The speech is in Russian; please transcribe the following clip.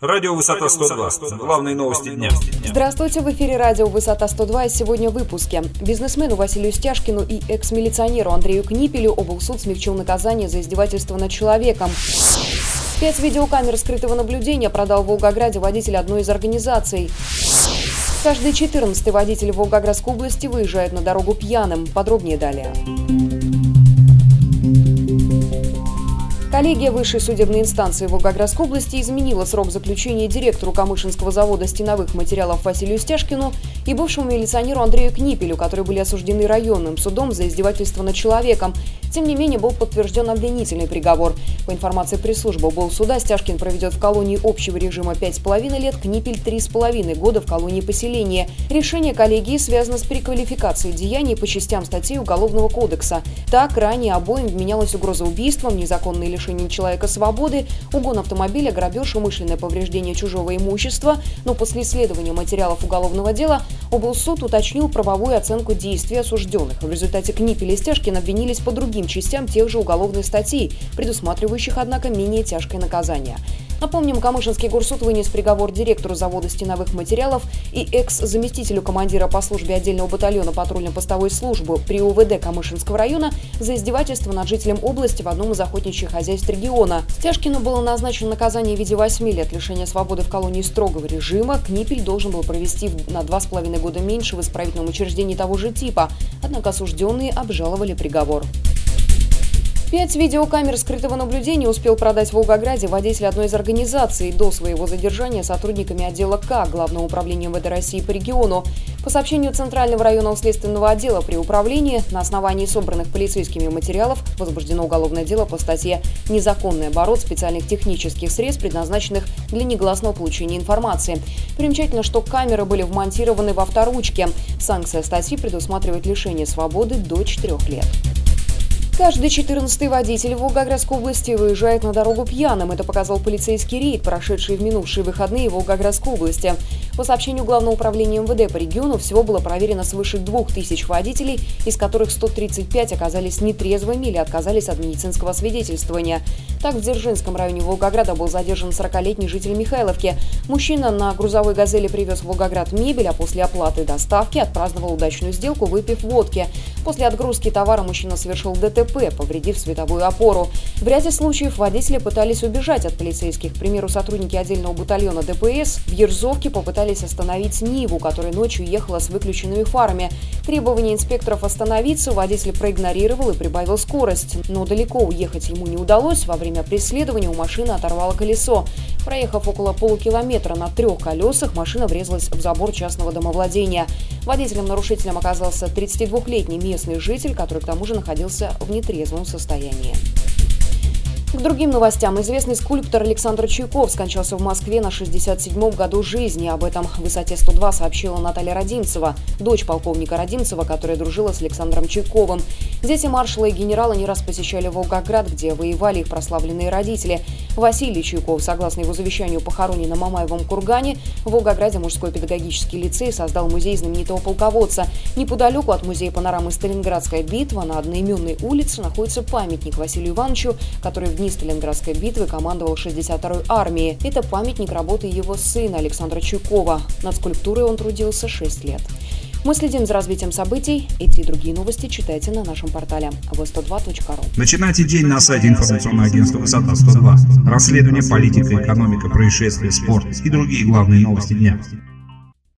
Радио «Высота 102». Главные новости дня. Здравствуйте, в эфире радио «Высота 102» и сегодня в выпуске. Бизнесмену Василию Стяжкину и экс-милиционеру Андрею Книпелю облсуд смягчил наказание за издевательство над человеком. 5 видеокамер скрытого наблюдения продал в Волгограде водитель одной из организаций. Каждый 14-й водитель Волгоградской области выезжает на дорогу пьяным. Подробнее далее. Коллегия высшей судебной инстанции Волгоградской области изменила срок заключения директору Камышинского завода стеновых материалов Василию Стяжкину и бывшему милиционеру Андрею Книпелю, которые были осуждены районным судом за издевательство над человеком. Тем не менее, был подтвержден обвинительный приговор. По информации пресс-службы облсуда, Стяжкин проведет в колонии общего режима 5,5 лет, Книпель 3,5 года в колонии поселения. Решение коллегии связано с переквалификацией деяний по частям статей Уголовного кодекса. Так, ранее обоим вменялась угроза убийством, незаконное лишение человека свободы, угон автомобиля, грабеж, умышленное повреждение чужого имущества. Но после исследования материалов уголовного дела облсуд уточнил правовую оценку действий осужденных. В результате Книпель и Стяжкин обвинились по другим частям тех же уголовных статей, предусматривающих, однако, менее тяжкое наказание. Напомним, Камышинский горсуд вынес приговор директору завода стеновых материалов и экс-заместителю командира по службе отдельного батальона патрульно-постовой службы при УВД Камышинского района за издевательство над жителем области в одном из охотничьих хозяйств региона. Стяжкину было назначено наказание в виде 8 лет лишения свободы в колонии строгого режима. Книпель должен был провести на 2,5 года меньше в исправительном учреждении того же типа. Однако осужденные обжаловали приговор. 5 видеокамер скрытого наблюдения успел продать в Волгограде водитель одной из организаций до своего задержания сотрудниками отдела К Главного управления МВД России по региону. По сообщению Центрального районного следственного отдела при управлении, на основании собранных полицейскими материалов возбуждено уголовное дело по статье «Незаконный оборот специальных технических средств, предназначенных для негласного получения информации». Примечательно, что камеры были вмонтированы в авторучке. Санкция статьи предусматривает лишение свободы до 4 лет. Каждый 14-й водитель в Волгоградской области выезжает на дорогу пьяным. Это показал полицейский рейд, прошедший в минувшие выходные в Волгоградской области. По сообщению Главного управления МВД по региону, всего было проверено свыше 2000 водителей, из которых 135 оказались нетрезвыми или отказались от медицинского свидетельствования. Так, в Дзержинском районе Волгограда был задержан 40-летний житель Михайловки. Мужчина на грузовой «Газели» привез в Волгоград мебель, а после оплаты доставки отпраздновал удачную сделку, выпив водки. После отгрузки товара мужчина совершил ДТП, повредив световую опору. В ряде случаев водители пытались убежать от полицейских. К примеру, сотрудники отдельного батальона ДПС в Ерзовке попытались остановить Ниву, которая ночью ехала с выключенными фарами. Требования инспекторов остановиться водитель проигнорировал и прибавил скорость. Но далеко уехать ему не удалось. Во время преследования у машины оторвало колесо. Проехав около полукилометра на 3 колесах, машина врезалась в забор частного домовладения. Водителем-нарушителем оказался 32-летний местный житель, который к тому же находился в нетрезвом состоянии. К другим новостям. Известный скульптор Александр Чуйков скончался в Москве на 67-м году жизни. Об этом в «Высоте 102» сообщила Наталья Родимцева, дочь полковника Родимцева, которая дружила с Александром Чуйковым. Дети маршала и генерала не раз посещали Волгоград, где воевали их прославленные родители. Василий Чуйков, согласно его завещанию, похоронен на Мамаевом кургане. В Волгограде мужской педагогический лицей создал музей знаменитого полководца. Неподалеку от музея панорамы «Сталинградская битва» на одноименной улице находится памятник Василию Ивановичу, который в дни Сталинградской битвы командовал 62-й армией. Это памятник работы его сына Александра Чуйкова. Над скульптурой он трудился 6 лет. Мы следим за развитием событий. Эти и другие новости читайте на нашем портале v102.ru. Начинайте день на сайте информационного агентства «Высота 102». Расследование, политика, экономика, происшествия, спорт и другие главные новости дня.